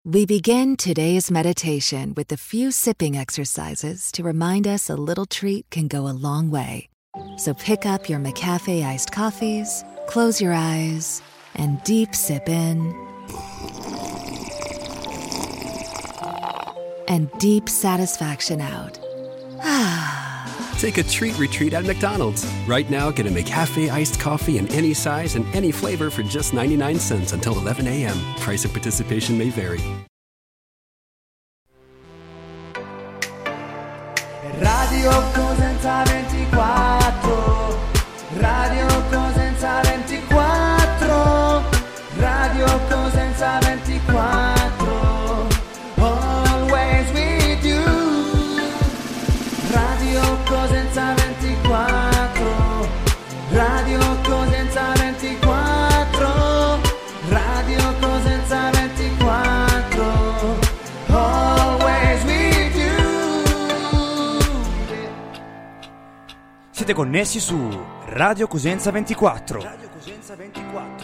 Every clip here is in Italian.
We begin today's meditation with a few sipping exercises to remind us a little treat can go a long way. So pick up your McCafe iced coffees, close your eyes, and deep sip in. And deep satisfaction out. Take a treat retreat at McDonald's. Right now, get a McCafe iced coffee in any size and any flavor for just 99 cents until 11 a.m. Price of participation may vary. Radio Cosenza 24. Radio Cosenza 24. Radio Cosenza 24. Always with you. Radio Cosenza 24. Radio Cosenza 24. Radio Cosenza 24. Always with you. Siete connessi su Radio Cosenza 24. Radio Cosenza 24.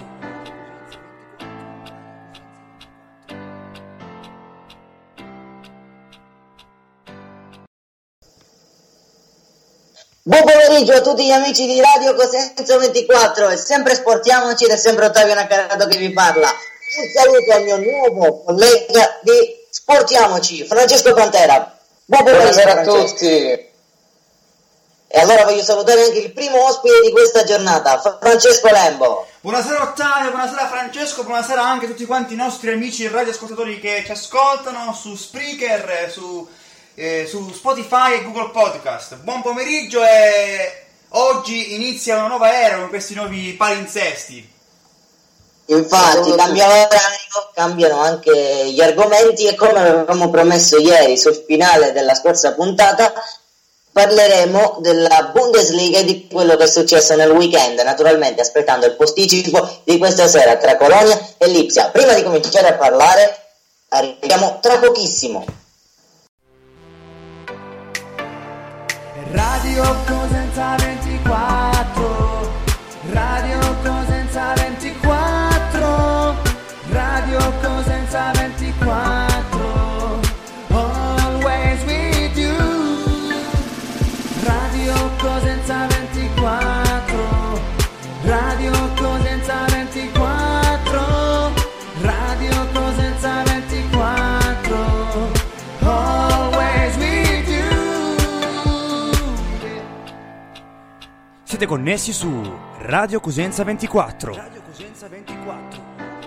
Buon pomeriggio a tutti gli amici di Radio Cosenza 24 e sempre sportiamoci ed è sempre Ottavio Naccarato che vi parla. Un saluto al mio nuovo collega di Sportiamoci, Francesco Pantera. Buon pomeriggio. Buonasera a tutti. E allora voglio salutare anche il primo ospite di questa giornata, Francesco Lembo. Buonasera Ottavio, buonasera Francesco, buonasera anche a tutti quanti i nostri amici radioascoltatori che ci ascoltano su Spreaker, su Spotify e Google Podcast. Buon pomeriggio e oggi inizia una nuova era con questi nuovi palinsesti. Infatti cambia l'orario, cambiano anche gli argomenti e come avevamo promesso ieri sul finale della scorsa puntata parleremo della Bundesliga e di quello che è successo nel weekend, naturalmente aspettando il posticipo di questa sera tra Colonia e Lipsia. Prima di cominciare a parlare arriviamo tra pochissimo. Radio Cosenza 24. Radio Cosenza 24. Radio Cosenza 24. Always with you. Radio Cosenza 24. Radio Cosenza 24. Radio Cosenza 24. Always with you. Siete connessi su Radio Cosenza 24. Radio Cosenza 24.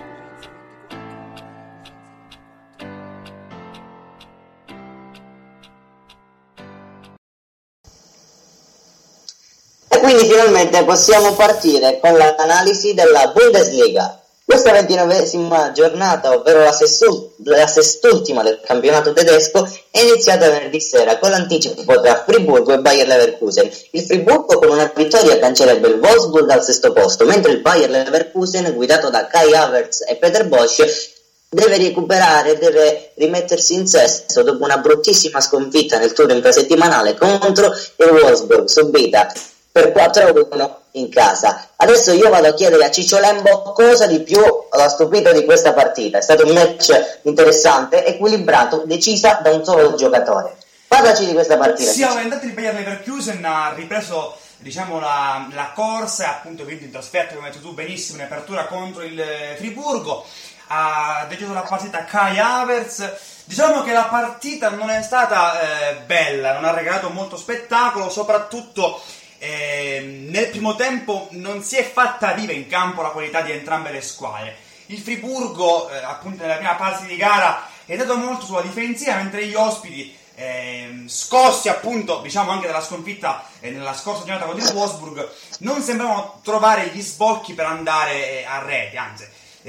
E quindi finalmente possiamo partire con l'analisi della Bundesliga. Questa 29esima giornata, ovvero la sest'ultima del campionato tedesco, è iniziata venerdì sera con l'anticipo tra Friburgo e Bayer Leverkusen. Il Friburgo con una vittoria cancellerebbe il Wolfsburg al sesto posto, mentre il Bayer Leverkusen, guidato da Kai Havertz e Peter Bosz, deve recuperare, deve rimettersi in sesto dopo una bruttissima sconfitta nel turno infrasettimanale contro il Wolfsburg, subita per 4-1 in casa. Adesso io vado a chiedere a Ciccio Lembo cosa di più l'ha stupito di questa partita. È stato un match interessante, equilibrato, decisa da un solo giocatore. Parlaci di questa partita. Sì, intanto il Bayer Leverkusen ha ripreso, diciamo, la corsa, appunto vinto in trasferta, come hai detto tu benissimo, in apertura contro il Friburgo. Ha deciso la partita Kai Havertz. Diciamo che la partita non è stata bella, non ha regalato molto spettacolo, soprattutto nel primo tempo non si è fatta viva in campo la qualità di entrambe le squadre. Il Friburgo appunto nella prima parte di gara è andato molto sulla difensiva, mentre gli ospiti scossi appunto, diciamo, anche dalla sconfitta nella scorsa giornata contro il Wolfsburg, non sembravano trovare gli sbocchi per andare a rete, anzi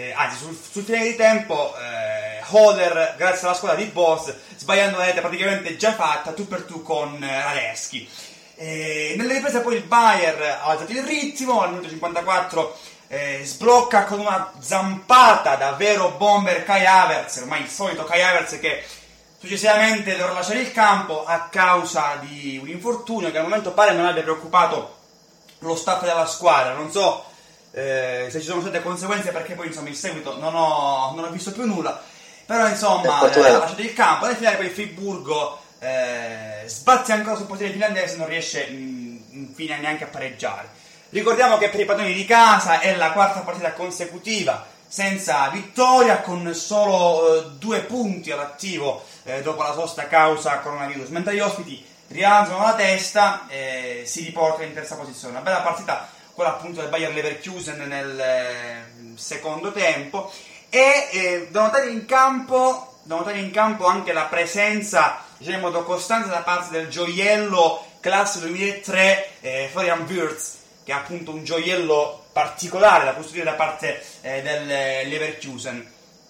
sul finale di tempo Holler, grazie alla squadra di Bosz, sbagliando la rete praticamente già fatta tu per tu con Radeschi. Nelle riprese poi il Bayer ha alzato il ritmo, al minuto 54 sblocca con una zampata da vero bomber Kai Havertz, ormai il solito Kai Havertz che successivamente dovrà lasciare il campo a causa di un infortunio che al momento pare non abbia preoccupato lo staff della squadra. Non so se ci sono state conseguenze, perché poi insomma in seguito non ho visto più nulla, però insomma ha lasciato il campo, nel finale poi il Friburgo sbatte ancora sul portiere finlandese, non riesce infine neanche a pareggiare. Ricordiamo che per i padroni di casa è la quarta partita consecutiva senza vittoria, con solo 2 punti all'attivo dopo la sosta causa coronavirus, mentre gli ospiti rialzano la testa e si riportano in terza posizione. Una bella partita quella appunto del Bayer Leverkusen nel secondo tempo, e da notare in campo anche la presenza, diciamo in modo costante, da parte del gioiello classe 2003 Florian Wirtz, che è appunto un gioiello particolare da costruire da parte del Leverkusen.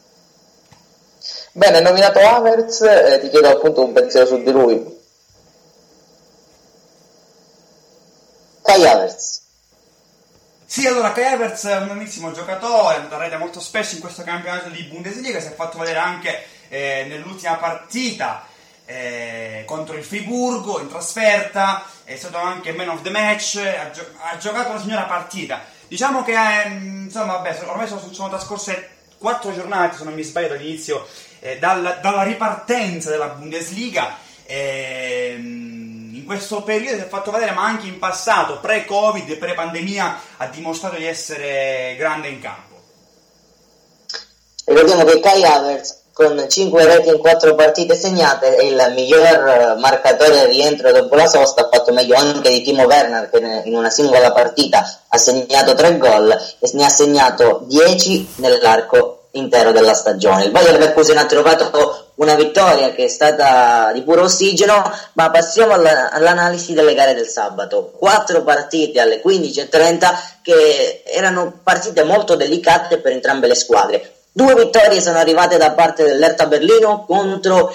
Bene, nominato Havertz, ti chiedo appunto un pensiero su di lui. Kai Havertz. Sì, allora Kai Havertz è un buonissimo giocatore, è andato a rete molto spesso in questo campionato di Bundesliga, si è fatto vedere anche nell'ultima partita contro il Friburgo in trasferta, è stato anche man of the match, ha giocato una signora partita. Diciamo che insomma, vabbè, ormai sono trascorse 4 giornate, se non mi sbaglio, dall'inizio dalla ripartenza della Bundesliga. In questo periodo si è fatto vedere, ma anche in passato, pre-Covid e pre-pandemia, ha dimostrato di essere grande in campo. Ricordiamo che Kai Havertz, con 5 reti in 4 partite segnate, è il miglior marcatore al rientro dopo la sosta, ha fatto meglio anche di Timo Werner, che in una singola partita ha segnato 3 gol e ne ha segnato 10 nell'arco intero della stagione. Il Bayer Leverkusen ha trovato una vittoria che è stata di puro ossigeno, ma passiamo all'analisi delle gare del sabato. 4 partite alle 15:30 che erano partite molto delicate per entrambe le squadre. 2 vittorie sono arrivate da parte dell'Hertha Berlino contro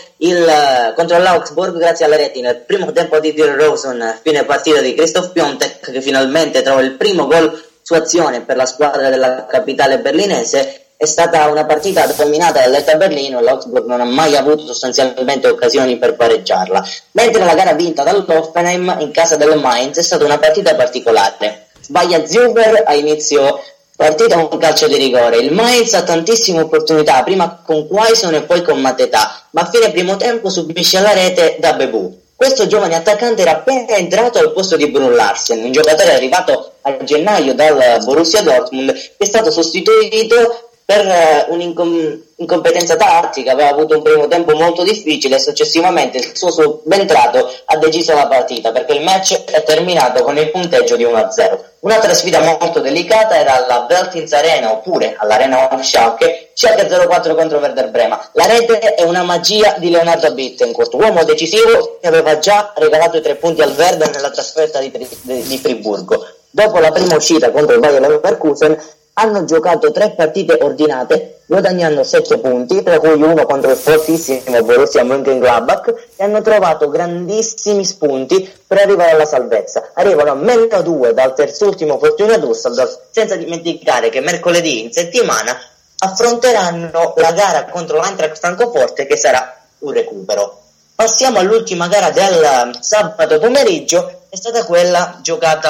l'Augsburg grazie alle reti nel primo tempo di Dir Rosen, fine partita di Christoph Piontek, che finalmente trova il primo gol su azione per la squadra della capitale berlinese. È stata una partita dominata dall'Hertha Berlino, l'Augsburg non ha mai avuto sostanzialmente occasioni per pareggiarla, mentre la gara vinta dall'Hoffenheim in casa del Mainz è stata una partita particolare. Sbaglia Zuber a inizio partita un calcio di rigore, il Mainz ha tantissime opportunità, prima con Quaison e poi con Mateta, ma a fine primo tempo subisce la rete da Bebu. Questo giovane attaccante era appena entrato al posto di Brun Larsen, un giocatore arrivato a gennaio dal Borussia Dortmund, che è stato sostituito per un'incompetenza tattica. Aveva avuto un primo tempo molto difficile e successivamente il suo subentrato ha deciso la partita, perché il match è terminato con il punteggio di 1-0. Un'altra sfida molto delicata era alla Veltins Arena, oppure all'Arena of Schalke 0-4 contro Werder Brema. La rete è una magia di Leonardo Bittencourt, uomo decisivo che aveva già regalato i 3 punti al Werder nella trasferta di Friburgo. Dopo la prima uscita contro il Bayer Leverkusen hanno giocato 3 partite ordinate, guadagnando 7 punti, tra cui uno contro il fortissimo Borussia Mönchengladbach, e hanno trovato grandissimi spunti per arrivare alla salvezza. Arrivano a -2 dal terzultimo Fortuna Düsseldorf, senza dimenticare che mercoledì in settimana affronteranno la gara contro l'Eintracht Francoforte, che sarà un recupero. Passiamo all'ultima gara del sabato pomeriggio, è stata quella giocata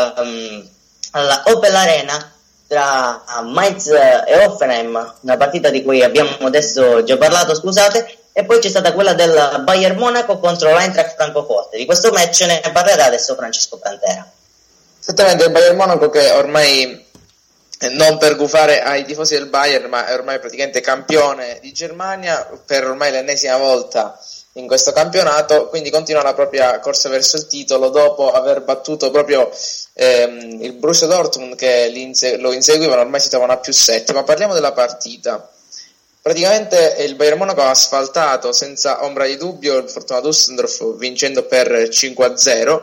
alla Opel Arena tra Mainz e Hoffenheim, una partita di cui abbiamo adesso già parlato, scusate, e poi c'è stata quella del Bayern Monaco contro l'Eintracht Francoforte. Di questo match ne parlerà adesso Francesco Pantera. Esattamente, il Bayern Monaco che ormai, non per gufare ai tifosi del Bayern, ma è ormai praticamente campione di Germania per ormai l'ennesima volta in questo campionato, quindi continua la propria corsa verso il titolo dopo aver battuto proprio il Borussia Dortmund, che lo inseguivano, ormai si trovano a +7. Ma parliamo della partita. Praticamente il Bayern Monaco ha asfaltato senza ombra di dubbio il Fortuna Düsseldorf, vincendo per 5-0,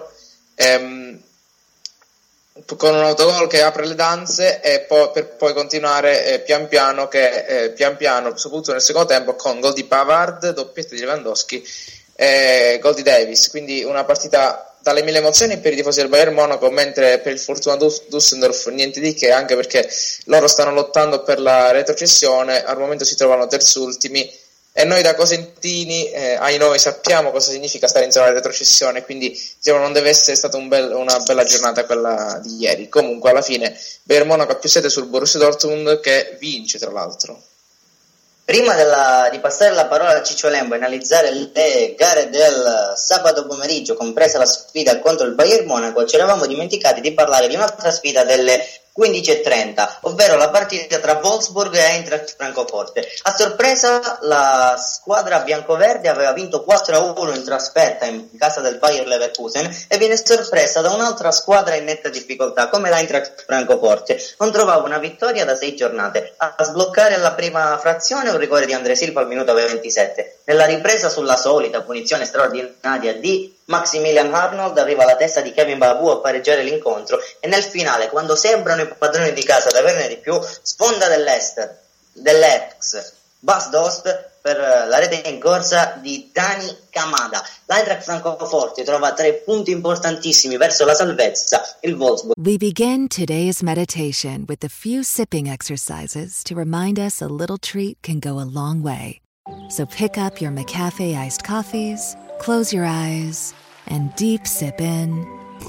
con un autogol che apre le danze, e per poi continuare pian piano, soprattutto nel secondo tempo, con gol di Pavard, doppietta di Lewandowski e gol di Davis. Quindi una partita dalle 1000 emozioni per i tifosi del Bayern Monaco, mentre per il Fortuna Düsseldorf niente di che, anche perché loro stanno lottando per la retrocessione, al momento si trovano terzultimi, e noi da cosentini ai noi sappiamo cosa significa stare in zona di retrocessione, quindi diciamo non deve essere stata una bella giornata quella di ieri. Comunque alla fine Bayern Monaco ha +7 sul Borussia Dortmund, che vince tra l'altro. Prima di passare la parola a Ciccio Lembo e analizzare le gare del sabato pomeriggio, compresa la sfida contro il Bayern Monaco, ci eravamo dimenticati di parlare di un'altra sfida delle 15:30, ovvero la partita tra Wolfsburg e Eintracht Francoforte. A sorpresa la squadra biancoverde aveva vinto 4-1 in trasferta in casa del Bayer Leverkusen e viene sorpresa da un'altra squadra in netta difficoltà come l'Eintracht Francoforte. Non trovava una vittoria da 6 giornate. A sbloccare la prima frazione un rigore di André Silva al minuto 27. Nella ripresa, sulla solita punizione straordinaria di Maximilian Arnold, arriva alla testa di Kevin Babu a pareggiare l'incontro, e nel finale, quando sembrano i padroni di casa ad averne di più, sponda dell'ex Bas Dost per la rete in corsa di Dani Kamada. L'Eintracht Francoforte trova 3 punti importantissimi verso la salvezza. Il Wolfsburg. We begin today's meditation with a few sipping exercises to remind us a little treat can go a long way. So pick up your McCafe iced coffees, close your eyes, and deep sip in.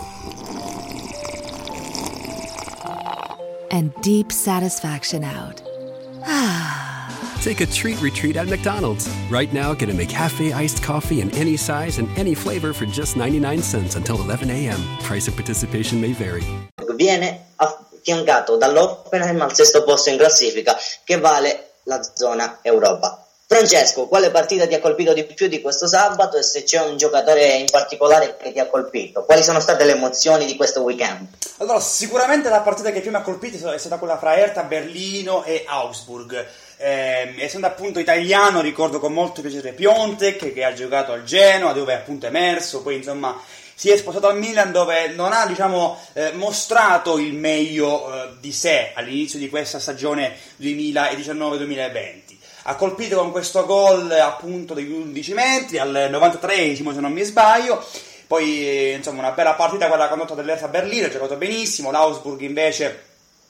And deep satisfaction out. Take a treat retreat at McDonald's. Right now, get a McCafe iced coffee in any size and any flavor for just 99 cents until 11 a.m. Price and participation may vary. Viene affiancato dall'Hoffenheim al 6° posto in classifica, che vale la zona Europa. Francesco, quale partita ti ha colpito di più di questo sabato, e se c'è un giocatore in particolare che ti ha colpito? Quali sono state le emozioni di questo weekend? Allora, sicuramente la partita che più mi ha colpito è stata quella fra Hertha Berlino e Augsburg. Essendo appunto italiano, ricordo con molto piacere Piontek, che ha giocato al Genoa, dove è appunto emerso, poi insomma si è spostato al Milan, dove non ha mostrato il meglio di sé all'inizio di questa stagione 2019-2020. Ha colpito con questo gol appunto degli 11 metri al 93esimo, se non mi sbaglio. Poi insomma una bella partita quella condotta dell'Hertha Berlino, ha giocato benissimo. L'Augsburg invece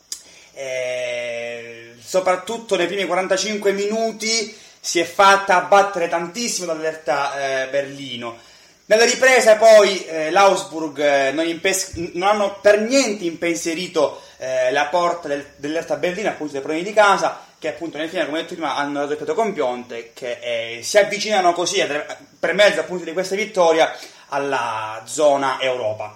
soprattutto nei primi 45 minuti si è fatta abbattere tantissimo dall'Hertha Berlino. Nella ripresa poi l'Augsburg non hanno per niente impensierito la porta dell'Hertha Berlino, appunto dei problemi di casa, che appunto nel finale, come detto prima, hanno ripetuto con Piontek, che si avvicinano così per mezzo appunto di questa vittoria alla zona Europa.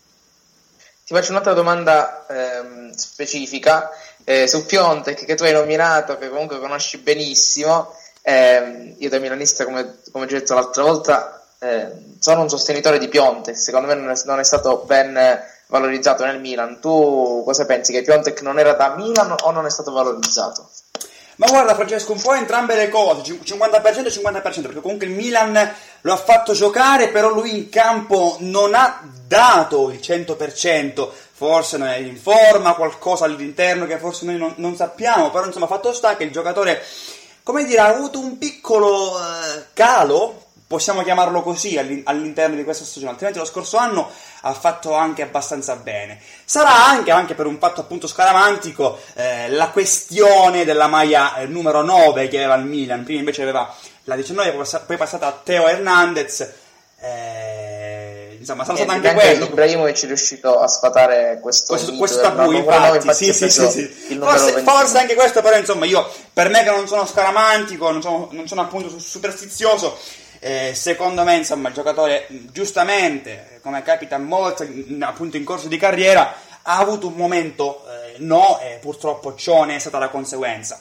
Ti faccio un'altra domanda specifica su Piontek, che tu hai nominato, che comunque conosci benissimo. Io da milanista, come già detto l'altra volta, sono un sostenitore di Piontek. Secondo me non è stato ben valorizzato nel Milan. Tu cosa pensi, che Piontek non era da Milan o non è stato valorizzato? Ma guarda Francesco, un po' entrambe le cose, 50% e 50%, perché comunque il Milan lo ha fatto giocare, però lui in campo non ha dato il 100%, forse non è in forma, qualcosa all'interno che forse noi non sappiamo, però insomma fatto sta che il giocatore, come dire, ha avuto un piccolo calo, possiamo chiamarlo così, all'interno di questa stagione, altrimenti lo scorso anno ha fatto anche abbastanza bene. Sarà anche per un fatto appunto scaramantico la questione della maglia numero 9 che aveva il Milan, prima invece aveva la 19, poi passata a Theo Hernandez, insomma sarà stato anche quello. Ibrahimovic è riuscito a sfatare questo tabù, infatti sì. Forse anche questo, però insomma per me che non sono scaramantico, non sono appunto superstizioso, secondo me insomma il giocatore giustamente, come capita a molti appunto in corso di carriera, ha avuto un momento e purtroppo ciò ne è stata la conseguenza.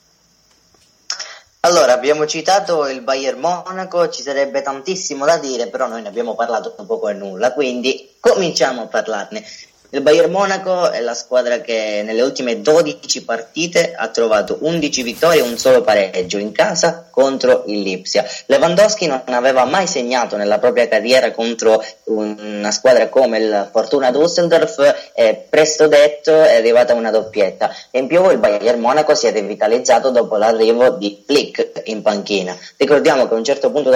Allora, abbiamo citato il Bayern Monaco, ci sarebbe tantissimo da dire, però noi ne abbiamo parlato poco e nulla, quindi cominciamo a parlarne. Il Bayern Monaco è la squadra che nelle ultime 12 partite ha trovato 11 vittorie e un solo pareggio in casa contro il Lipsia. Lewandowski non aveva mai segnato nella propria carriera contro una squadra come il Fortuna Düsseldorf, e presto detto è arrivata una doppietta. E in più il Bayern Monaco si è rivitalizzato dopo l'arrivo di Flick in panchina. Ricordiamo che a un certo punto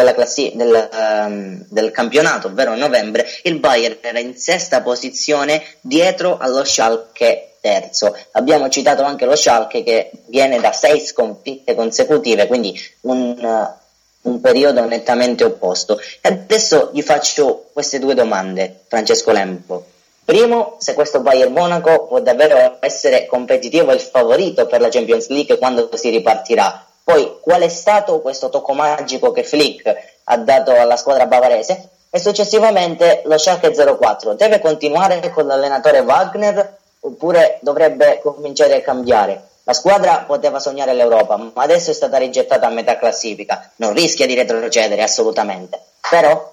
del campionato, ovvero a novembre, il Bayern era in 6ª posizione dietro allo Schalke terzo. Abbiamo citato anche lo Schalke, che viene da 6 sconfitte consecutive, quindi un periodo nettamente opposto. E adesso gli faccio queste 2 domande, Francesco Lembo. Primo, se questo Bayern Monaco può davvero essere competitivo e il favorito per la Champions League quando si ripartirà. poi qual è stato questo tocco magico che Flick ha dato alla squadra bavarese, e successivamente lo Schalke 04 deve continuare con l'allenatore Wagner oppure dovrebbe cominciare a cambiare? La squadra poteva sognare l'Europa, ma adesso è stata rigettata a metà classifica, non rischia di retrocedere assolutamente, però...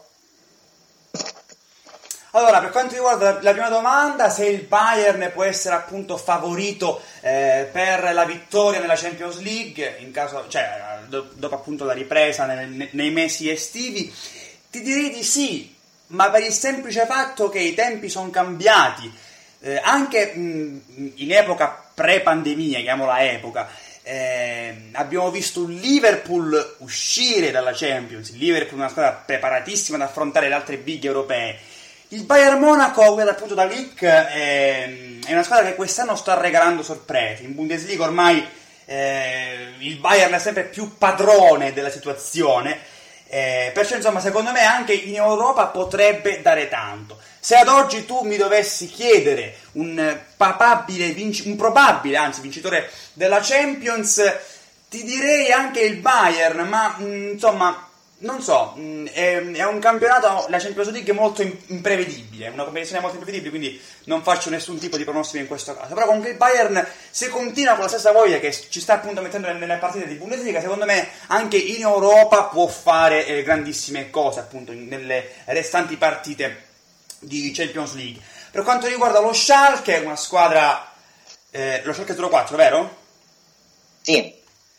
Allora, per quanto riguarda la prima domanda, se il Bayern può essere appunto favorito per la vittoria nella Champions League, in caso, cioè dopo appunto la ripresa nei mesi estivi, ti direi di sì, ma per il semplice fatto che i tempi sono cambiati, anche in epoca pre-pandemia, chiamiamola epoca, abbiamo visto un Liverpool uscire dalla Champions, il Liverpool è una squadra preparatissima ad affrontare le altre big europee. Il Bayern Monaco, guarda, appunto da Lick, è una squadra che quest'anno sta regalando sorprese. In Bundesliga ormai il Bayern è sempre più padrone della situazione, perciò insomma secondo me anche in Europa potrebbe dare tanto. Se ad oggi tu mi dovessi chiedere un probabile vincitore della Champions, ti direi anche il Bayern, ma insomma non so, è un campionato, la Champions League, molto imprevedibile, una competizione molto imprevedibile, quindi non faccio nessun tipo di pronostico in questo caso. Però comunque il Bayern, se continua con la stessa voglia che ci sta appunto mettendo nelle partite di Bundesliga, secondo me anche in Europa può fare grandissime cose appunto nelle restanti partite di Champions League. Per quanto riguarda lo Schalke, una squadra, lo Schalke 04, vero? Sì.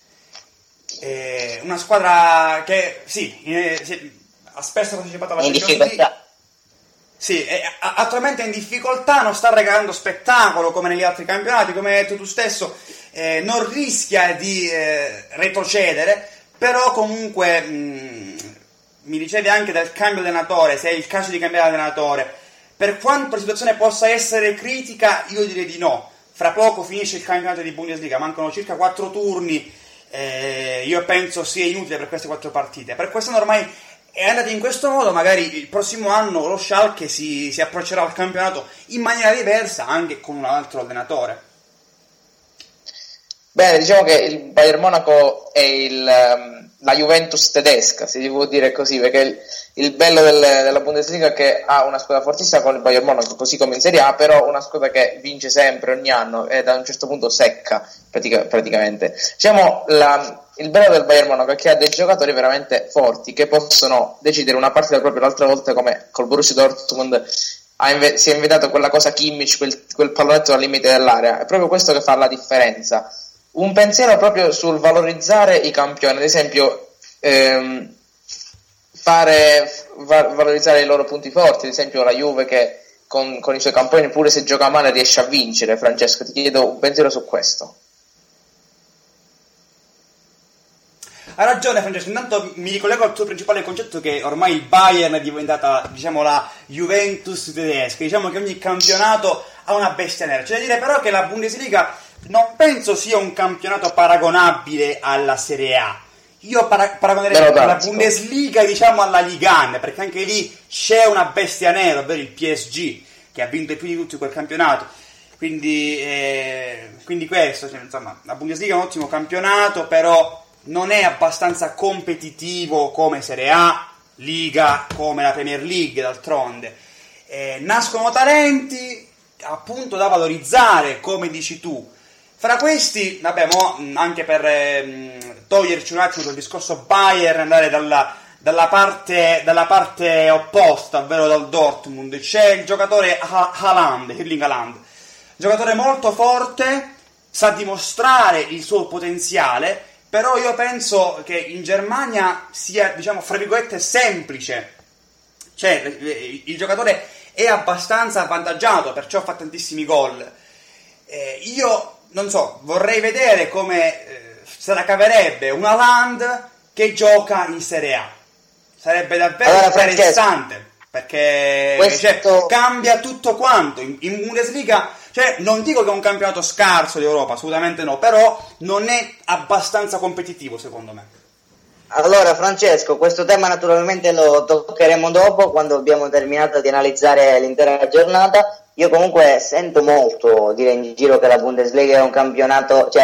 Una squadra che ha spesso partecipato alla Champions League. Sì, attualmente è in difficoltà, non sta regalando spettacolo come negli altri campionati, come hai detto tu stesso, non rischia di retrocedere, però comunque mi dicevi anche del cambio di allenatore, se è il caso di cambiare allenatore. Per quanto la situazione possa essere critica, io direi di no. Fra poco finisce il campionato di Bundesliga, mancano circa 4 turni. Io penso sia inutile per queste 4 partite. Per quest'anno ormai è andato in questo modo, magari il prossimo anno lo Schalke si approccerà al campionato in maniera diversa, anche con un altro allenatore. Bene, diciamo che il Bayern Monaco è la Juventus tedesca, si può dire così, perché il bello della Bundesliga è che ha una squadra fortissima con il Bayern Monaco, così come in Serie A, però una squadra che vince sempre ogni anno e da un certo punto secca praticamente. Diciamo, il bello del Bayern Monaco è che ha dei giocatori veramente forti che possono decidere una partita. Proprio l'altra volta, come col Borussia Dortmund, si è inventato quella cosa Kimmich, quel pallonetto al limite dell'area. È proprio questo che fa la differenza. Un pensiero proprio sul valorizzare i campioni, ad esempio valorizzare i loro punti forti, ad esempio la Juve che con i suoi campioni, pure se gioca male, riesce a vincere. Francesco, ti chiedo un pensiero su questo. Hai ragione Francesco, intanto mi ricollego al tuo principale concetto che ormai il Bayern è diventata, diciamo, la Juventus tedesca, diciamo che ogni campionato ha una bestia nera. C'è da dire però che la Bundesliga non penso sia un campionato paragonabile alla Serie A. Io paragonerei la Bundesliga, diciamo, alla Liga 1, perché anche lì c'è una bestia nera, ovvero il PSG, che ha vinto più di tutti quel campionato. Quindi questo, cioè, insomma, la Bundesliga è un ottimo campionato, però non è abbastanza competitivo come Serie A, Liga, come la Premier League, d'altronde. Nascono talenti appunto da valorizzare, come dici tu. Fra questi, vabbè, anche per toglierci un attimo dal discorso Bayern, andare dalla parte opposta, ovvero dal Dortmund, c'è il giocatore Erling Haaland, giocatore molto forte, sa dimostrare il suo potenziale, però io penso che in Germania sia, diciamo, fra virgolette, semplice, cioè il giocatore è abbastanza avvantaggiato, perciò fa tantissimi gol. Io non so, vorrei vedere come se la caverebbe un Haaland che gioca in Serie A. Sarebbe davvero interessante, perché cambia tutto quanto. In Bundesliga, cioè, non dico che è un campionato scarso d'Europa, assolutamente no, però non è abbastanza competitivo, secondo me. Allora Francesco, questo tema naturalmente lo toccheremo dopo, quando abbiamo terminato di analizzare l'intera giornata. Io comunque sento molto dire in giro che la Bundesliga è un campionato, cioè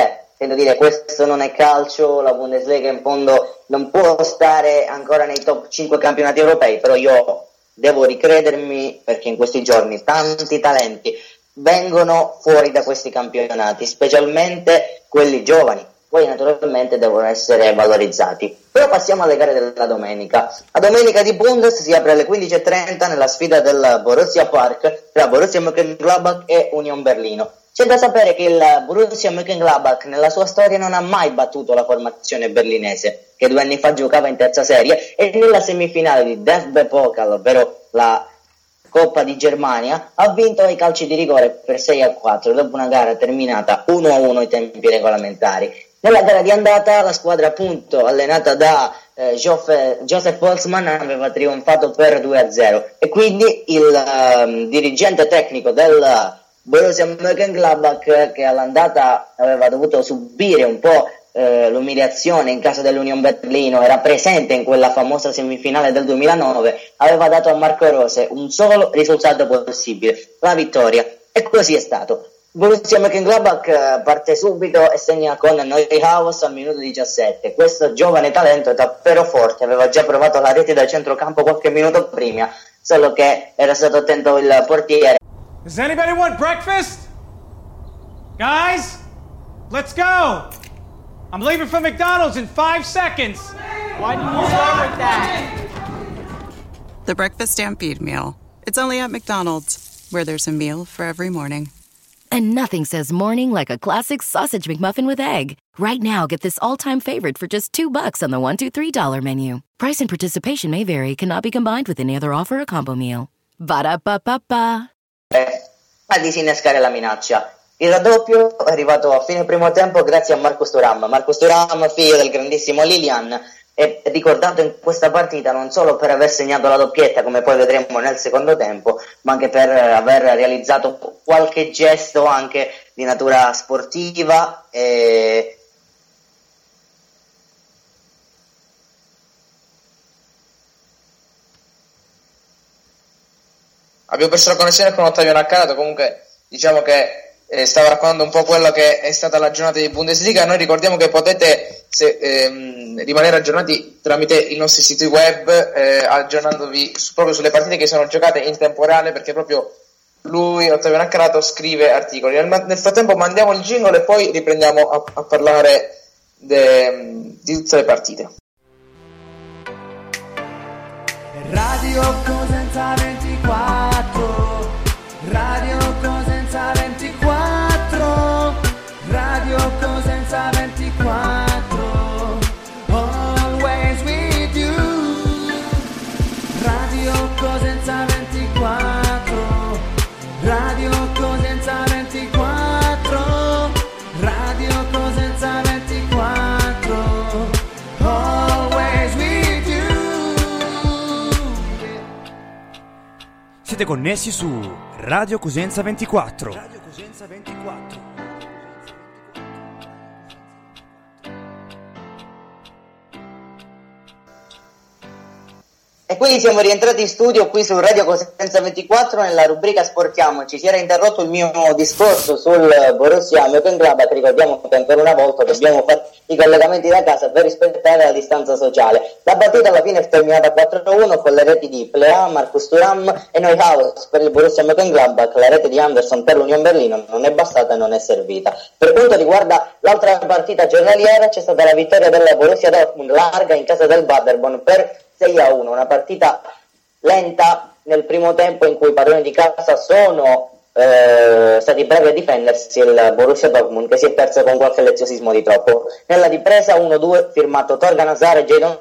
intendo dire, questo non è calcio, la Bundesliga in fondo non può stare ancora nei top 5 campionati europei, però io devo ricredermi perché in questi giorni tanti talenti vengono fuori da questi campionati, specialmente quelli giovani. Poi naturalmente devono essere valorizzati. Però passiamo alle gare della domenica. La domenica di Bundes si apre alle 15:30 nella sfida del Borussia Park tra Borussia Mönchengladbach e Union Berlino. C'è da sapere che il Borussia Mönchengladbach nella sua storia non ha mai battuto la formazione berlinese, che 2 anni fa giocava in terza serie, e nella semifinale di DFB Pokal, ovvero la Coppa di Germania, ha vinto ai calci di rigore per 6-4 dopo una gara terminata 1-1 ai tempi regolamentari. Nella gara di andata la squadra appunto allenata da Josef Holzmann aveva trionfato per 2-0 e quindi il dirigente tecnico del Borussia Mönchengladbach, che all'andata aveva dovuto subire un po' l'umiliazione in casa dell'Union Berlino, era presente in quella famosa semifinale del 2009, aveva dato a Marco Rose un solo risultato possibile, la vittoria, e così è stato. Borussia Mönchengladbach parte subito e segna con Neuhaus al minuto 17. Questo giovane talento è davvero forte, aveva già provato la rete da centrocampo qualche minuto prima, solo che era stato attento il portiere. Does anybody want breakfast? Guys, let's go! I'm leaving for McDonald's in 5 seconds. Why didn't you start with that? The Breakfast Stampede Meal. It's only at McDonald's, where there's a meal for every morning. And nothing says morning like a classic sausage McMuffin with egg. Right now, get this all-time favorite for just $2 on the $1, $2, $3 menu. Price and participation may vary. Cannot be combined with any other offer or combo meal. Ba-da-ba-ba-ba. A disinnescare la minaccia. Il raddoppio è arrivato a fine primo tempo grazie a Marcus Thuram. Marcus Thuram, figlio del grandissimo Lilian, è ricordato in questa partita non solo per aver segnato la doppietta, come poi vedremo nel secondo tempo, ma anche per aver realizzato qualche gesto anche di natura sportiva e abbiamo perso la connessione con Ottavio Naccarato. Comunque diciamo che stava raccontando un po' quello che è stata la giornata di Bundesliga. Noi ricordiamo che potete rimanere aggiornati tramite i nostri siti web, aggiornandovi proprio sulle partite che sono giocate in tempo reale, perché proprio lui, Ottavio Naccarato, scrive articoli. Nel frattempo mandiamo il jingle e poi riprendiamo a parlare di tutte le partite. Radio Cosenza 24, Radio Cosenza 24, Radio Cosenza 24, always with you. Radio Cosenza 24, Radio Cosenza 24, Radio Cosenza 24, always with you. Siete connessi su Radio Cosenza 24. Radio Cosenza 24. E quindi siamo rientrati in studio qui su Radio Cosenza 24 nella rubrica Sportiamoci. Si era interrotto il mio discorso sul Borussia Mönchengladbach. Ricordiamo che ancora una volta dobbiamo fare i collegamenti da casa per rispettare la distanza sociale. La partita alla fine è terminata 4-1 con le reti di Plea, Marcus Thuram e Neuhaus per il Borussia Mönchengladbach. La rete di Anderson per l'Union Berlino non è bastata e non è servita. Per quanto riguarda l'altra partita giornaliera, c'è stata la vittoria della Borussia Dortmund larga in casa del Paderborn per 6-1, una partita lenta nel primo tempo in cui i padroni di casa sono stati bravi a difendersi, il Borussia Dortmund che si è perso con qualche leziosismo di troppo. Nella ripresa 1-2 firmato Torgan Hazard e Jadon.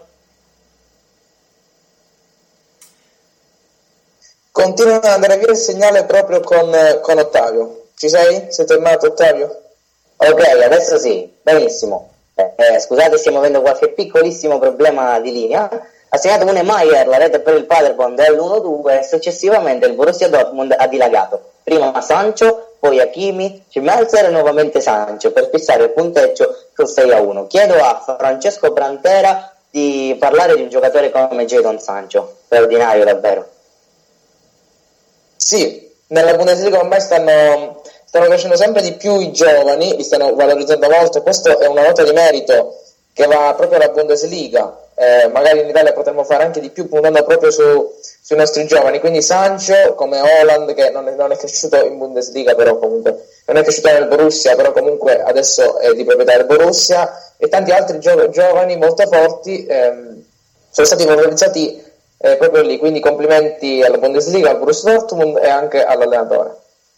Continua ad andare via il segnale proprio con Ottavio. Ci sei? Sei tornato, Ottavio? Ok, adesso sì, benissimo. Scusate, stiamo avendo qualche piccolissimo problema di linea. Ha segnato Maier la rete per il Paderborn dell'1-2 e successivamente il Borussia Dortmund ha dilagato. Prima Sancho, poi Hakimi, Schmelzer e nuovamente Sancho per fissare il punteggio sul 6-1. Chiedo a Francesco Brantera di parlare di un giocatore come Jadon Sancho, straordinario davvero. Sì, nella Bundesliga ormai stanno stanno crescendo sempre di più i giovani, li stanno valorizzando molto, questo è una nota di merito che va proprio alla Bundesliga. Magari in Italia potremmo fare anche di più puntando proprio sui nostri giovani, quindi Sancho come Haaland, che non è cresciuto in Bundesliga, però comunque non è cresciuto nel Borussia, però comunque adesso è di proprietà del Borussia, e tanti altri giovani molto forti sono stati valorizzati proprio lì, quindi complimenti alla Bundesliga, al Borussia Dortmund e anche all'allenatore.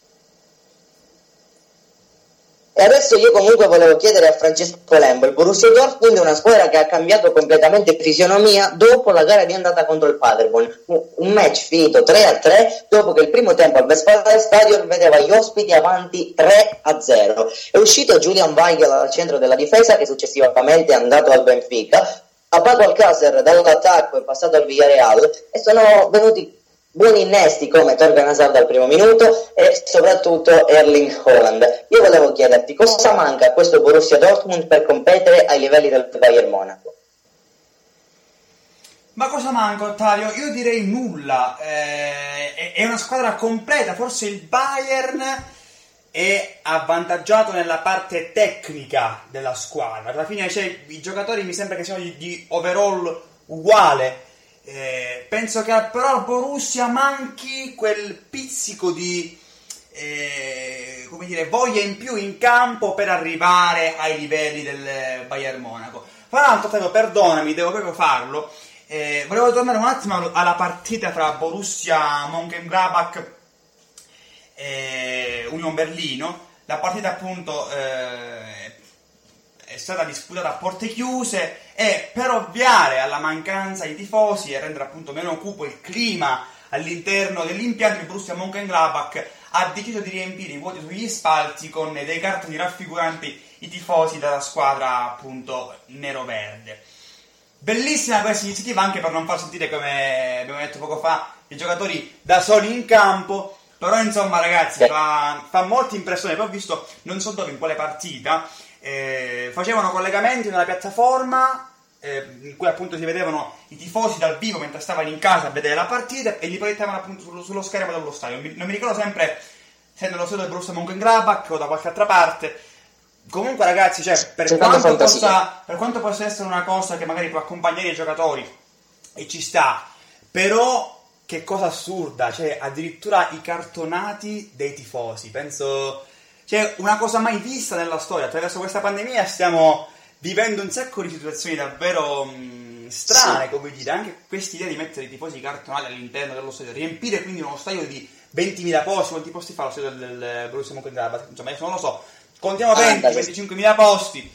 E adesso io comunque volevo chiedere a Francesco Lembo: il Borussia Dortmund è una squadra che ha cambiato completamente fisionomia dopo la gara di andata contro il Paderborn, un match finito 3-3 dopo che il primo tempo al Westfalenstadion vedeva gli ospiti avanti 3-0. È uscito Julian Weigl al centro della difesa, che successivamente è andato al Benfica, Pato Alcácer dall'attacco è passato al Villarreal, e sono venuti buoni innesti come Torgan Hazard al primo minuto e soprattutto Erling Haaland. Io volevo chiederti cosa manca a questo Borussia Dortmund per competere ai livelli del Bayern Monaco. Ma cosa manca, Ottavio? Io direi nulla. È una squadra completa. Forse il Bayern è avvantaggiato nella parte tecnica della squadra. Alla fine i giocatori mi sembra che siano di overall uguale. Penso che però al Borussia manchi quel pizzico di voglia in più in campo per arrivare ai livelli del Bayern Monaco. Fra l'altro, perdonami, devo proprio farlo. Volevo tornare un attimo alla partita tra Borussia Mönchengladbach e Union Berlino. La partita appunto è stata disputata a porte chiuse, e per ovviare alla mancanza di tifosi e rendere appunto meno cupo il clima all'interno dell'impianto, il Borussia Mönchengladbach ha deciso di riempire i vuoti sugli spalti con dei cartoni raffiguranti i tifosi della squadra appunto nero-verde. Bellissima questa iniziativa, anche per non far sentire, come abbiamo detto poco fa, i giocatori da soli in campo. Però insomma ragazzi, fa molta impressione. Poi ho visto, non so dove, in quale partita, facevano collegamenti nella piattaforma in cui appunto si vedevano i tifosi dal vivo mentre stavano in casa a vedere la partita, e li proiettavano appunto sullo schermo dello stadio. Non mi ricordo sempre se nello stadio del Borussia Mönchengladbach o da qualche altra parte. Comunque ragazzi, per quanto possa essere una cosa che magari può accompagnare i giocatori, e ci sta, però che cosa assurda, addirittura i cartonati dei tifosi. Penso, una cosa mai vista nella storia. Attraverso questa pandemia stiamo vivendo un sacco di situazioni davvero strane, come dire, anche questa idea di mettere i tifosi cartonati all'interno dello stadio, riempire quindi uno stadio di 20.000 posti. Quanti posti fa lo stadio del Borussia Mönchengladbach? Insomma, io non lo so, contiamo 20-25.000 posti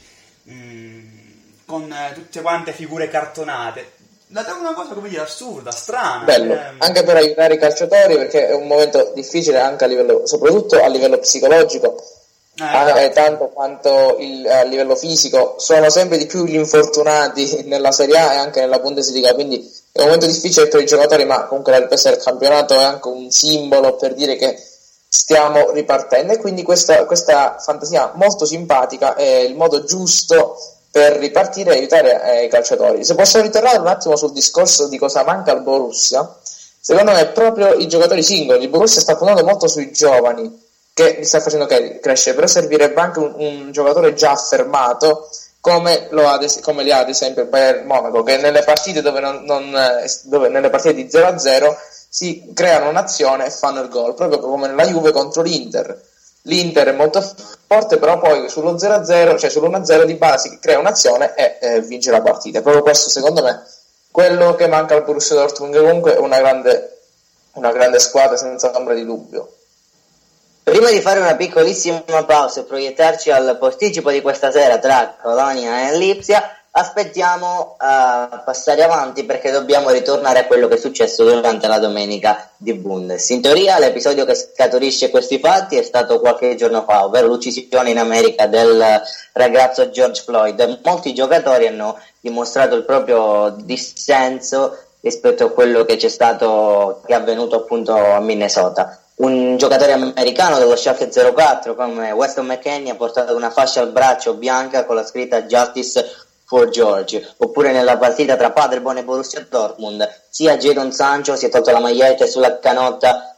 con tutte quante figure cartonate. È una cosa, come dire, assurda, strana. Bello, anche per aiutare i calciatori, perché è un momento difficile anche a livello, soprattutto a livello psicologico, tanto quanto a livello fisico. Sono sempre di più gli infortunati nella Serie A e anche nella Bundesliga, quindi è un momento difficile per i giocatori, ma comunque la ripresa del campionato è anche un simbolo per dire che stiamo ripartendo, e quindi questa fantasia molto simpatica è il modo giusto per ripartire e aiutare i calciatori. Se posso ritornare un attimo sul discorso di cosa manca al Borussia, secondo me è proprio i giocatori singoli. Il Borussia sta puntando molto sui giovani, che li sta facendo crescere, però servirebbe anche un giocatore già affermato, come li ha ad esempio il Bayern Monaco, che nelle partite dove nelle partite di 0-0 si creano un'azione e fanno il gol, proprio come nella Juve contro l'Inter. L'Inter è molto forte, però poi sullo 0-0, sull'1-0 di base si crea un'azione e vince la partita. Proprio questo, secondo me, quello che manca al Borussia Dortmund, che comunque è una grande squadra senza ombra di dubbio. Prima di fare una piccolissima pausa e proiettarci al posticipo di questa sera tra Colonia e Lipsia, aspettiamo a passare avanti, perché dobbiamo ritornare a quello che è successo durante la domenica di Bundes. In teoria l'episodio che scaturisce questi fatti è stato qualche giorno fa, ovvero l'uccisione in America del ragazzo George Floyd. Molti giocatori hanno dimostrato il proprio dissenso rispetto a quello che è avvenuto appunto a Minnesota. Un giocatore americano dello Schalke 04 come Weston McKennie ha portato una fascia al braccio bianca con la scritta Justice for George. Oppure nella partita tra Paderborn e Borussia Dortmund, sia Jadon Sancho si è tolto la maglietta e sulla canotta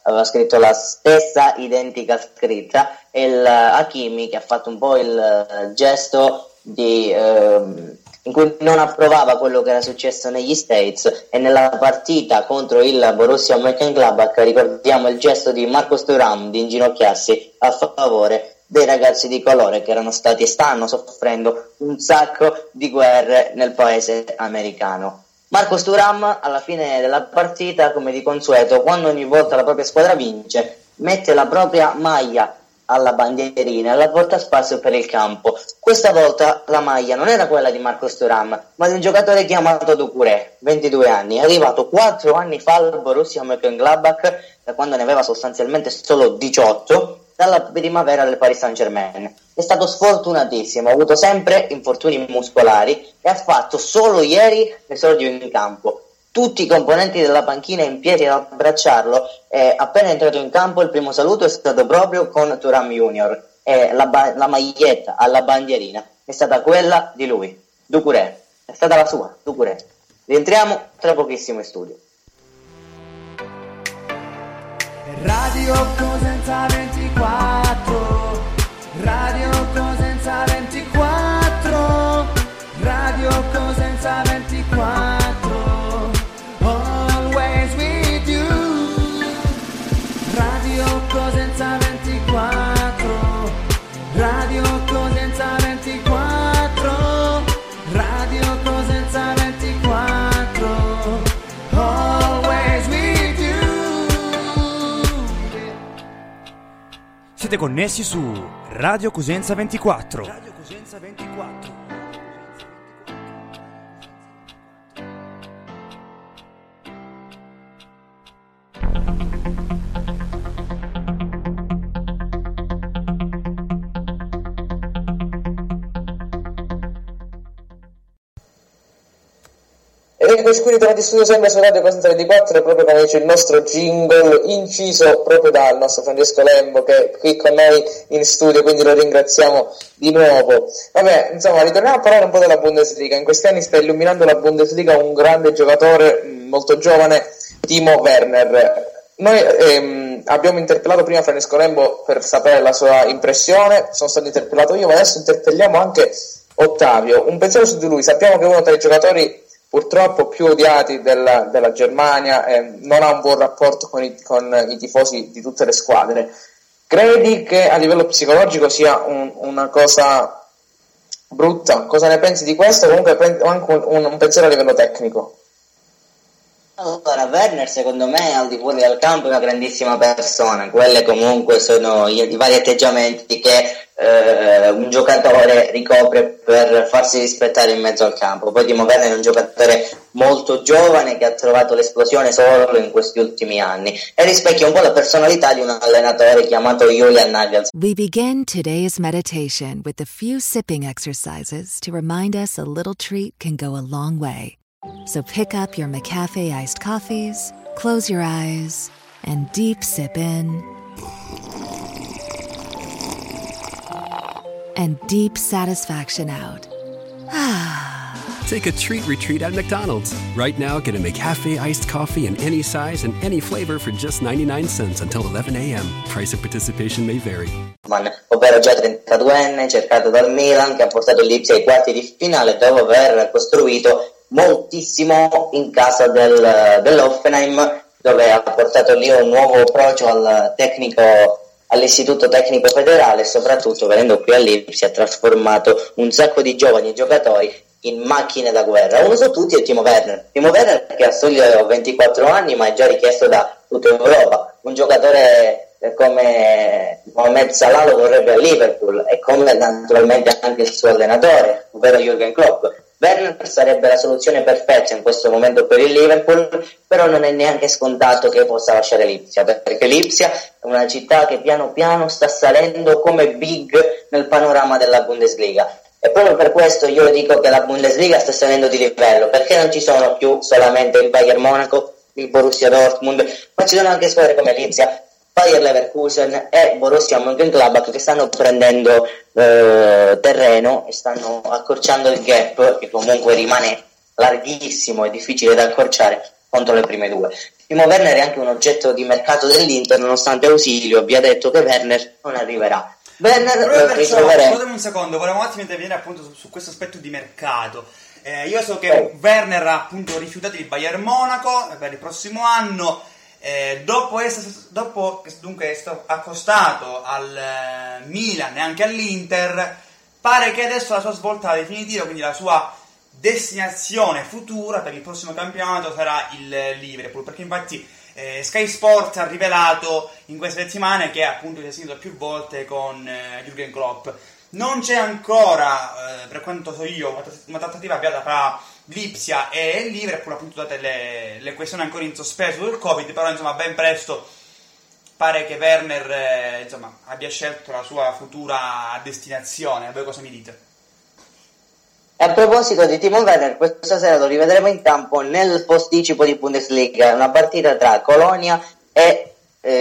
aveva scritto la stessa identica scritta, e il Hakimi che ha fatto un po' il gesto in cui non approvava quello che era successo negli States, e nella partita contro il Borussia Mönchengladbach ricordiamo il gesto di Marcus Thuram di inginocchiarsi a favore dei ragazzi di colore che erano stati e stanno soffrendo un sacco di guerre nel paese americano. Marcus Thuram alla fine della partita, come di consueto, quando ogni volta la propria squadra vince, mette la propria maglia alla bandierina e la porta a spasso per il campo. Questa volta la maglia non era quella di Marcus Thuram, ma di un giocatore chiamato Doucouré, 22 anni, arrivato 4 anni fa al Borussia Mönchengladbach, da quando ne aveva sostanzialmente solo 18, dalla primavera del Paris Saint-Germain. È stato sfortunatissimo, ha avuto sempre infortuni muscolari e ha fatto solo ieri l'esordio in campo. Tutti i componenti della panchina in piedi ad abbracciarlo, e appena entrato in campo il primo saluto è stato proprio con Thuram Junior, e la maglietta alla bandierina è stata quella di lui, Doucouré, è stata la sua, Doucouré. Rientriamo tra pochissimo in studio. Radio Cosenza 24, Radio Cosenza 24, Radio Cosenza 24, always with you. Radio Cosenza 24, Radio Cosenza 24, Radio Cosenza 24, always with you. Siete connessi su Radio Cosenza 24. Radio Cosenza 24. Eccoci qui ritornati in studio sempre su Radio Cosenza 24, proprio come dice il nostro jingle, inciso proprio dal nostro Francesco Lembo, che è qui con noi in studio, quindi lo ringraziamo di nuovo. Vabbè, insomma, ritorniamo a parlare un po' della Bundesliga. In questi anni sta illuminando la Bundesliga un grande giocatore molto giovane, Timo Werner. Noi abbiamo interpellato prima Francesco Lembo per sapere la sua impressione, sono stato interpellato io, ma adesso interpelliamo anche Ottavio. Un pensiero su di lui: sappiamo che è uno tra i giocatori purtroppo più odiati della Germania, non ha un buon rapporto con i tifosi di tutte le squadre. Credi che a livello psicologico sia una cosa brutta? Cosa ne pensi di questo? Comunque anche un pensiero a livello tecnico. Allora, Werner secondo me al di fuori del campo è una grandissima persona. Quelle comunque sono i vari atteggiamenti che un giocatore ricopre per farsi rispettare in mezzo al campo. Poi Timo Werner è un giocatore molto giovane che ha trovato l'esplosione solo in questi ultimi anni e rispecchia un po' la personalità di un allenatore chiamato Julian Nagelsmann. We begin today's meditation with a few sipping exercises to remind us a little treat can go a long way. So pick up your McCafe iced coffees, close your eyes, and deep sip in. And deep satisfaction out. Take a treat retreat at McDonald's. Right now, get a McCafe iced coffee in any size and any flavor for just 99 cents until 11 a.m. Price of participation may vary. Ovvero già 32enne, cercato dal Milan, che ha portato il Lipsia ai quarti di finale dopo aver costruito moltissimo in casa dell'Hoffenheim, dove ha portato lì un nuovo approccio all'istituto tecnico federale e soprattutto venendo qui all'Ipsia ha trasformato un sacco di giovani giocatori in macchine da guerra. Uno su tutti è Timo Werner che ha solo 24 anni ma è già richiesto da tutta Europa. Un giocatore come Mohamed Salah lo vorrebbe a Liverpool e come naturalmente anche il suo allenatore, ovvero Jürgen Klopp. Werner sarebbe la soluzione perfetta in questo momento per il Liverpool, però non è neanche scontato che possa lasciare Lipsia, perché Lipsia è una città che piano piano sta salendo come big nel panorama della Bundesliga. E proprio per questo io dico che la Bundesliga sta salendo di livello, perché non ci sono più solamente il Bayern Monaco, il Borussia Dortmund, ma ci sono anche squadre come Lipsia, Bayer Leverkusen e Borussia Mönchengladbach che stanno prendendo terreno e stanno accorciando il gap, che comunque rimane larghissimo e difficile da accorciare, contro le prime due. Timo Werner è anche un oggetto di mercato dell'Inter, nonostante Ausilio abbia detto che Werner non arriverà. Werner ritroveremo. Scusatemi un secondo, volevo un attimo intervenire appunto su questo aspetto di mercato. Io so che Werner ha appunto rifiutato il Bayern Monaco per il prossimo anno. Dopo che dunque è stato accostato al Milan e anche all'Inter, pare che adesso la sua svolta definitiva, quindi la sua destinazione futura per il prossimo campionato sarà il Liverpool, perché infatti Sky Sports ha rivelato in queste settimane che appunto si è sentito più volte con Jürgen Klopp. Non c'è ancora, per quanto so io, una trattativa avviata tra Lipsia e il Liverpool, appunto date le questioni ancora in sospeso del Covid, però insomma ben presto pare che Werner insomma abbia scelto la sua futura destinazione. Voi cosa mi dite? A proposito di Timo Werner, questa sera lo rivedremo in campo nel posticipo di Bundesliga, una partita tra Colonia e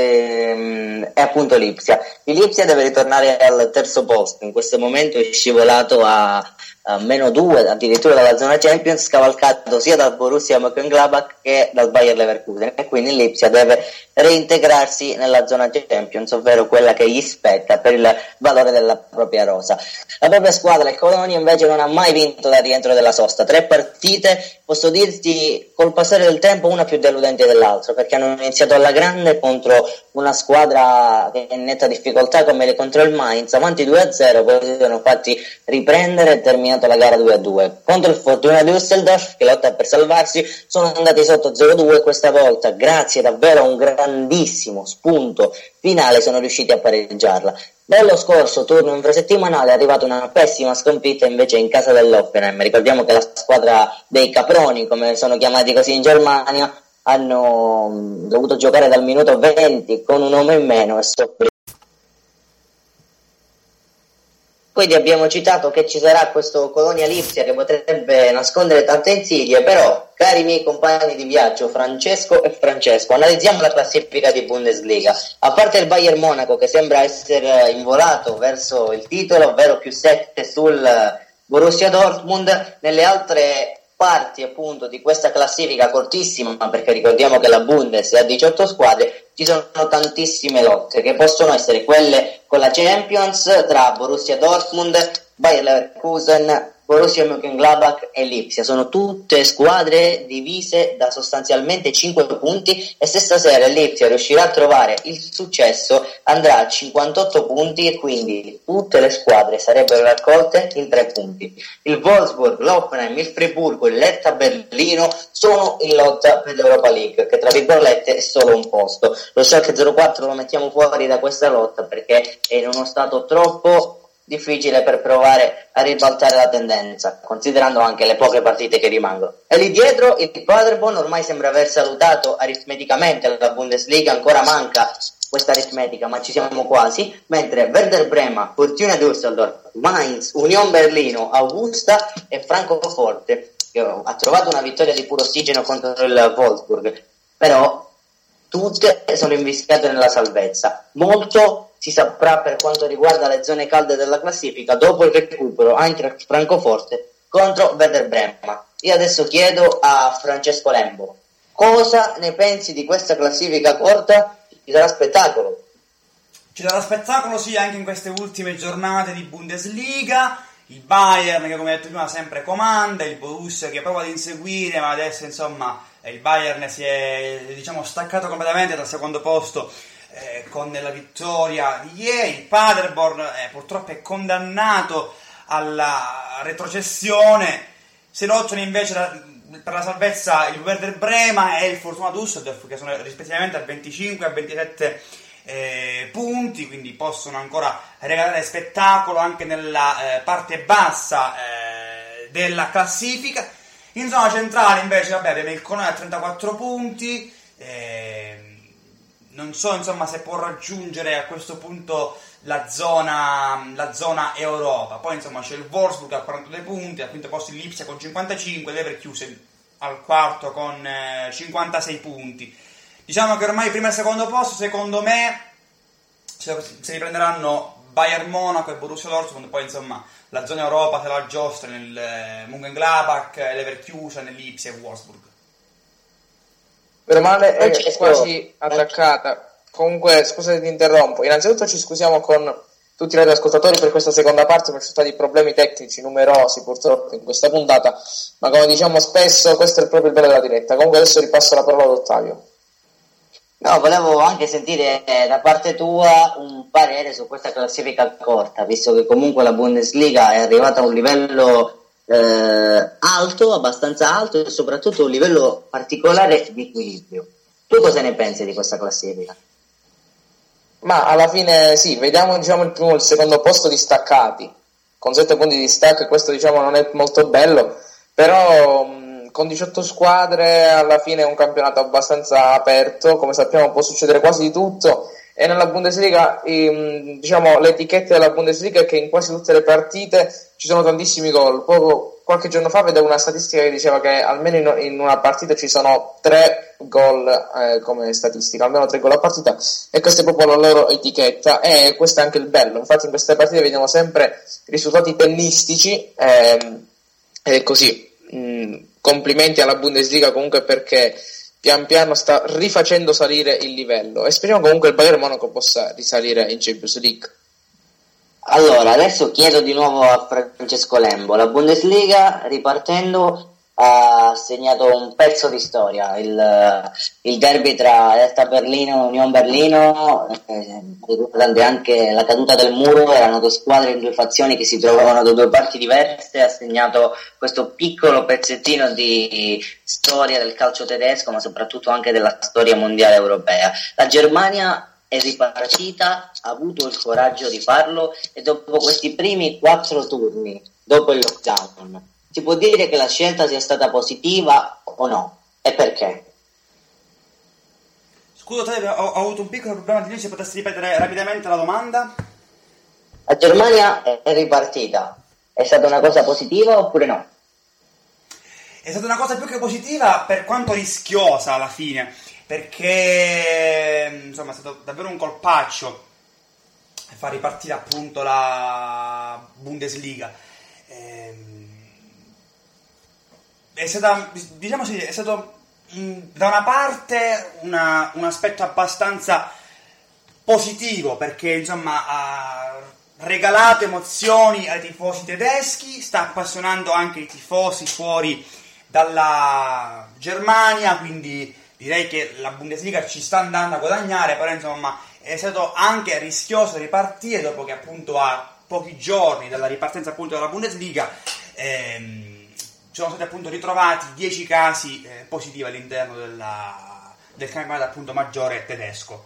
appunto Lipsia. Il Lipsia deve ritornare al terzo posto, in questo momento è scivolato a -2 addirittura dalla zona Champions, scavalcato sia dal Borussia Mönchengladbach che dal Bayer Leverkusen, e quindi il Lipsia deve reintegrarsi nella zona Champions, ovvero quella che gli spetta per il valore della propria rosa. La propria squadra, il Colonia, invece non ha mai vinto dal rientro della sosta. 3 partite, posso dirti col passare del tempo una più deludente dell'altra, perché hanno iniziato alla grande contro una squadra che è in netta difficoltà come contro il Mainz, avanti 2-0, poi si sono fatti riprendere e terminato la gara 2-2. Contro il Fortuna Düsseldorf, che lotta per salvarsi, sono andati sotto 0-2, questa volta grazie davvero a un grandissimo spunto finale sono riusciti a pareggiarla. Nello scorso turno infrasettimanale è arrivata una pessima sconfitta invece in casa dell'Hoffenheim. Ricordiamo che la squadra dei caproni, come sono chiamati così in Germania, hanno dovuto giocare dal minuto 20 con un uomo in meno e soffrire. Quindi abbiamo citato che ci sarà questo Colonia Lipsia che potrebbe nascondere tante insidie, però cari miei compagni di viaggio Francesco e Francesco, analizziamo la classifica di Bundesliga. A parte il Bayern Monaco che sembra essere involato verso il titolo, ovvero più 7 sul Borussia Dortmund, nelle altre parti appunto di questa classifica cortissima, perché ricordiamo che la Bundes è a 18 squadre, ci sono tantissime lotte che possono essere quelle con la Champions tra Borussia Dortmund, Bayer Leverkusen, Borussia Mönchengladbach e Lipsia. Sono tutte squadre divise da sostanzialmente 5 punti, e se stasera il Lipsia riuscirà a trovare il successo andrà a 58 punti e quindi tutte le squadre sarebbero raccolte in 3 punti. Il Wolfsburg, l'Hoffenheim, il Friburgo e l'Hertha Berlino sono in lotta per l'Europa League, che tra virgolette è solo un posto. Lo Schalke 04 lo mettiamo fuori da questa lotta perché è in uno stato troppo difficile per provare a ribaltare la tendenza, considerando anche le poche partite che rimangono. E lì dietro il Paderborn ormai sembra aver salutato aritmeticamente la Bundesliga, ancora manca questa aritmetica, ma ci siamo quasi, mentre Werder Brema, Fortuna Düsseldorf, Mainz, Union Berlino, Augusta e Francoforte, che ha trovato una vittoria di puro ossigeno contro il Wolfsburg, però tutte sono invischiate nella salvezza. Molto si saprà per quanto riguarda le zone calde della classifica dopo il recupero Eintracht Francoforte contro Werder Brema. Io adesso chiedo a Francesco Lembo, cosa ne pensi di questa classifica corta? Ci sarà spettacolo? Ci sarà spettacolo, sì, anche in queste ultime giornate di Bundesliga. Il Bayern, che come detto prima sempre comanda, il Borussia che prova ad inseguire, ma adesso insomma il Bayern si è staccato completamente dal secondo posto con la vittoria di ieri. Il Paderborn purtroppo è condannato alla retrocessione. Si lottano invece per la salvezza il Werder Brema e il Fortuna Düsseldorf, che sono rispettivamente a 25 e a 27 punti, quindi possono ancora regalare spettacolo anche nella parte bassa della classifica. In zona centrale invece abbiamo il Colonia a 34 punti, non so insomma se può raggiungere a questo punto la zona Europa. Poi insomma c'è il Wolfsburg a 42 punti, al quinto posto il Lipsia con 55, Leverkusen al quarto con 56 punti. Diciamo che ormai primo e secondo posto secondo me se riprenderanno Bayern Monaco e Borussia Dortmund, poi insomma la zona Europa se la giostra nel Mönchengladbach, Leverkusen, Lipsia e Wolfsburg. Meno male è Francesco, quasi attaccata. Comunque, scusate ti interrompo. Innanzitutto ci scusiamo con tutti i radioascoltatori per questa seconda parte, perché ci sono stati problemi tecnici numerosi purtroppo in questa puntata, ma come diciamo spesso questo è proprio il bello della diretta. Comunque adesso ripasso la parola ad Ottavio. No, volevo anche sentire da parte tua un parere su questa classifica corta, visto che comunque la Bundesliga è arrivata a un livello alto, abbastanza alto, e soprattutto un livello particolare di equilibrio. Tu cosa ne pensi di questa classifica? Ma alla fine sì, vediamo diciamo il primo e il secondo posto distaccati, con 7 punti di distacco, e questo diciamo non è molto bello, però con 18 squadre alla fine è un campionato abbastanza aperto, come sappiamo può succedere quasi di tutto, e nella Bundesliga diciamo l'etichetta della Bundesliga è che in quasi tutte le partite ci sono tantissimi gol. Qualche giorno fa vedevo una statistica che diceva che almeno in una partita ci sono 3 gol come statistica, almeno 3 gol a partita, e questa è proprio la loro etichetta, e questo è anche il bello. Infatti in queste partite vediamo sempre risultati tennistici, e così complimenti alla Bundesliga comunque, perché pian piano sta rifacendo salire il livello, e speriamo comunque il Bayern Monaco possa risalire in Champions League. Allora, adesso chiedo di nuovo a Francesco Lembo. La Bundesliga, ripartendo, ha segnato un pezzo di storia, il derby tra Hertha Berlino e Union Berlino, riguardante anche la caduta del muro. Erano 2 squadre in 2 fazioni che si trovavano da 2 parti diverse. Ha segnato questo piccolo pezzettino di storia del calcio tedesco, ma soprattutto anche della storia mondiale europea. La Germania è ripartita, ha avuto il coraggio di farlo, e dopo questi primi 4 turni, dopo il lockdown, si può dire che la scelta sia stata positiva o no? E perché? Scusa, ho avuto un piccolo problema di linea, se potessi ripetere rapidamente la domanda? La Germania è ripartita, è stata una cosa positiva oppure no? È stata una cosa più che positiva, per quanto rischiosa alla fine, perché insomma è stato davvero un colpaccio far ripartire appunto la Bundesliga. È stata, diciamo sì, è stato da una parte un aspetto abbastanza positivo, perché insomma ha regalato emozioni ai tifosi tedeschi, sta appassionando anche i tifosi fuori dalla Germania, quindi direi che la Bundesliga ci sta andando a guadagnare, però insomma è stato anche rischioso ripartire dopo che appunto a pochi giorni dalla ripartenza appunto della Bundesliga sono stati appunto ritrovati 10 casi positivi all'interno del campionato appunto maggiore tedesco.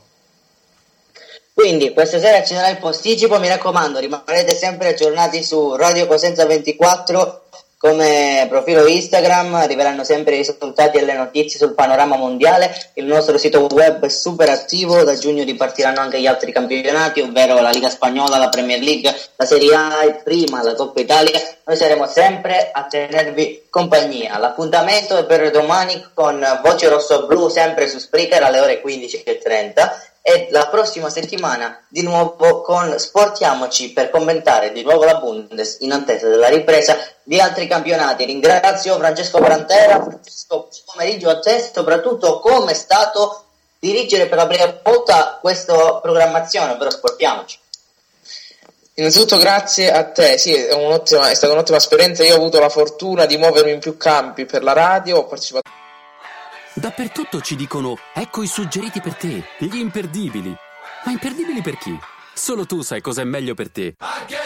Quindi questa sera ci sarà il posticipo, mi raccomando, rimanete sempre aggiornati su Radio Cosenza 24 come profilo Instagram, arriveranno sempre i risultati e le notizie sul panorama mondiale. Il nostro sito web è super attivo, da giugno ripartiranno anche gli altri campionati, ovvero la Liga Spagnola, la Premier League, la Serie A e prima la Coppa Italia. Noi saremo sempre a tenervi compagnia. L'appuntamento è per domani con Voci Rosso Blu, sempre su Spreaker alle ore 15:30. E la prossima settimana di nuovo con Sportiamoci per commentare di nuovo la Bundes in attesa della ripresa di altri campionati. Ringrazio Francesco Brantera. Francesco, buon pomeriggio a te, soprattutto come è stato dirigere per la prima volta questa programmazione, ovvero Sportiamoci. Innanzitutto grazie a te, sì, è stata un'ottima esperienza. Io ho avuto la fortuna di muovermi in più campi per la radio, ho partecipato. Dappertutto ci dicono: ecco i suggeriti per te, gli imperdibili. Ma imperdibili per chi? Solo tu sai cos'è meglio per te.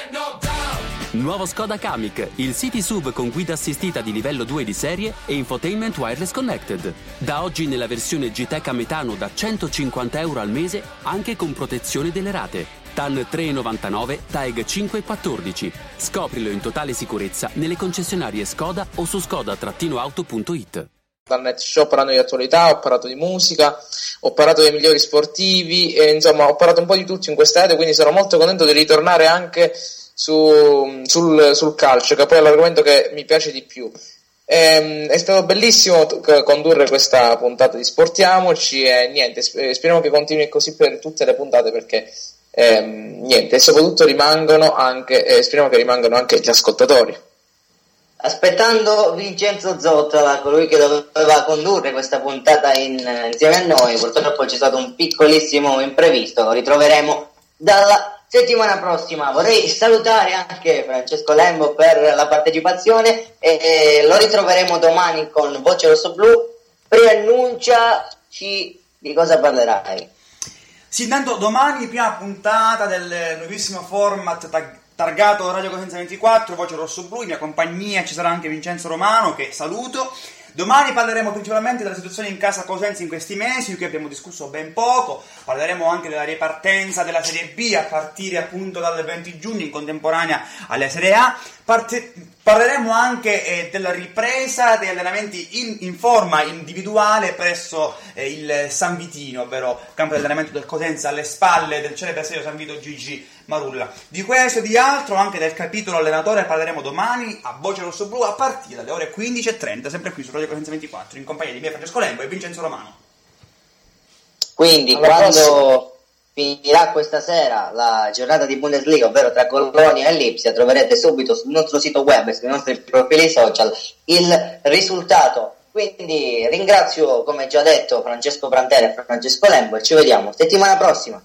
Nuovo Skoda Kamiq, il City SUV con guida assistita di livello 2 di serie e infotainment wireless connected. Da oggi nella versione GTEC a metano da €150 al mese, anche con protezione delle rate. TAN 3,99, TAEG 5,14. Scoprilo in totale sicurezza nelle concessionarie Skoda o su skoda-auto.it. Dal net show, ho parlato di attualità, ho parlato di musica, ho parlato dei migliori sportivi, e insomma ho parlato un po' di tutto in questa radio, quindi sono molto contento di ritornare anche sul calcio, che poi è l'argomento che mi piace di più. È stato bellissimo condurre questa puntata di Sportiamoci, e niente, speriamo che continui così per tutte le puntate, perché niente, e soprattutto speriamo che rimangano anche gli ascoltatori. Aspettando Vincenzo Zottola, colui che doveva condurre questa puntata insieme a noi, purtroppo c'è stato un piccolissimo imprevisto, lo ritroveremo dalla settimana prossima. Vorrei salutare anche Francesco Lembo per la partecipazione e lo ritroveremo domani con Voce Rosso Blu. Preannunciaci di cosa parlerai. Sì, intanto domani prima puntata del nuovissimo format targato Radio Cosenza 24, Voce Rosso Blu, in mia compagnia ci sarà anche Vincenzo Romano, che saluto. Domani parleremo principalmente della situazione in casa Cosenza in questi mesi, di cui abbiamo discusso ben poco. Parleremo anche della ripartenza della Serie B a partire appunto dal 20 giugno in contemporanea alla Serie A. Parleremo anche della ripresa degli allenamenti in forma individuale presso il San Vitino, ovvero campo di allenamento del Cosenza alle spalle del celebre stadio San Vito Gigi Marulla. Di questo e di altro, anche del capitolo allenatore, parleremo domani a Voce Rosso Blu a partire dalle ore 15:30, sempre qui su Radio Cosenza 24, in compagnia di me, Francesco Lembo e Vincenzo Romano. Quindi quando finirà questa sera la giornata di Bundesliga, ovvero tra Colonia e Lipsia, troverete subito sul nostro sito web e sui nostri profili social il risultato. Quindi ringrazio, come già detto, Francesco Prantera e Francesco Lembo e ci vediamo settimana prossima.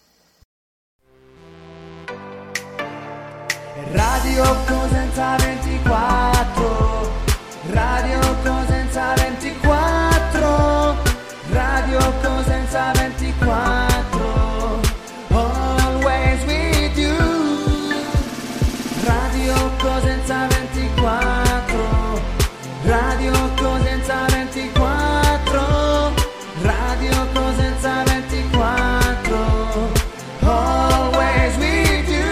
Radio Cosenza 24, Radio Cosenza 24, Radio Cosenza 24, always with you. Radio Cosenza 24, Radio Cosenza 24, Radio Cosenza 24, always with you.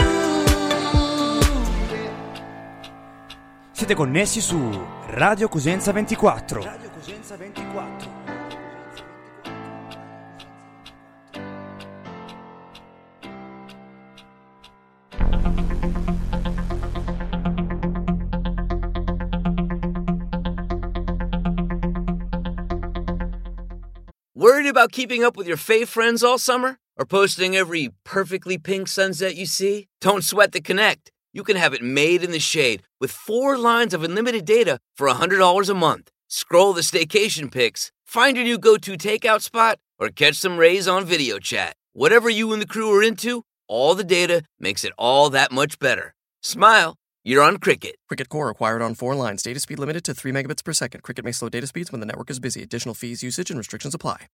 Siete connessi su Radio Cosenza 24. Radio Cosenza 24. Worried about keeping up with your fave friends all summer? Or posting every perfectly pink sunset you see? Don't sweat the Connect. You can have it made in the shade with 4 lines of unlimited data for $100 a month. Scroll the staycation pics, find your new go-to takeout spot, or catch some rays on video chat. Whatever you and the crew are into, all the data makes it all that much better. Smile, you're on Cricket. Cricket Core acquired on 4 lines. Data speed limited to 3 megabits per second. Cricket may slow data speeds when the network is busy. Additional fees, usage, and restrictions apply.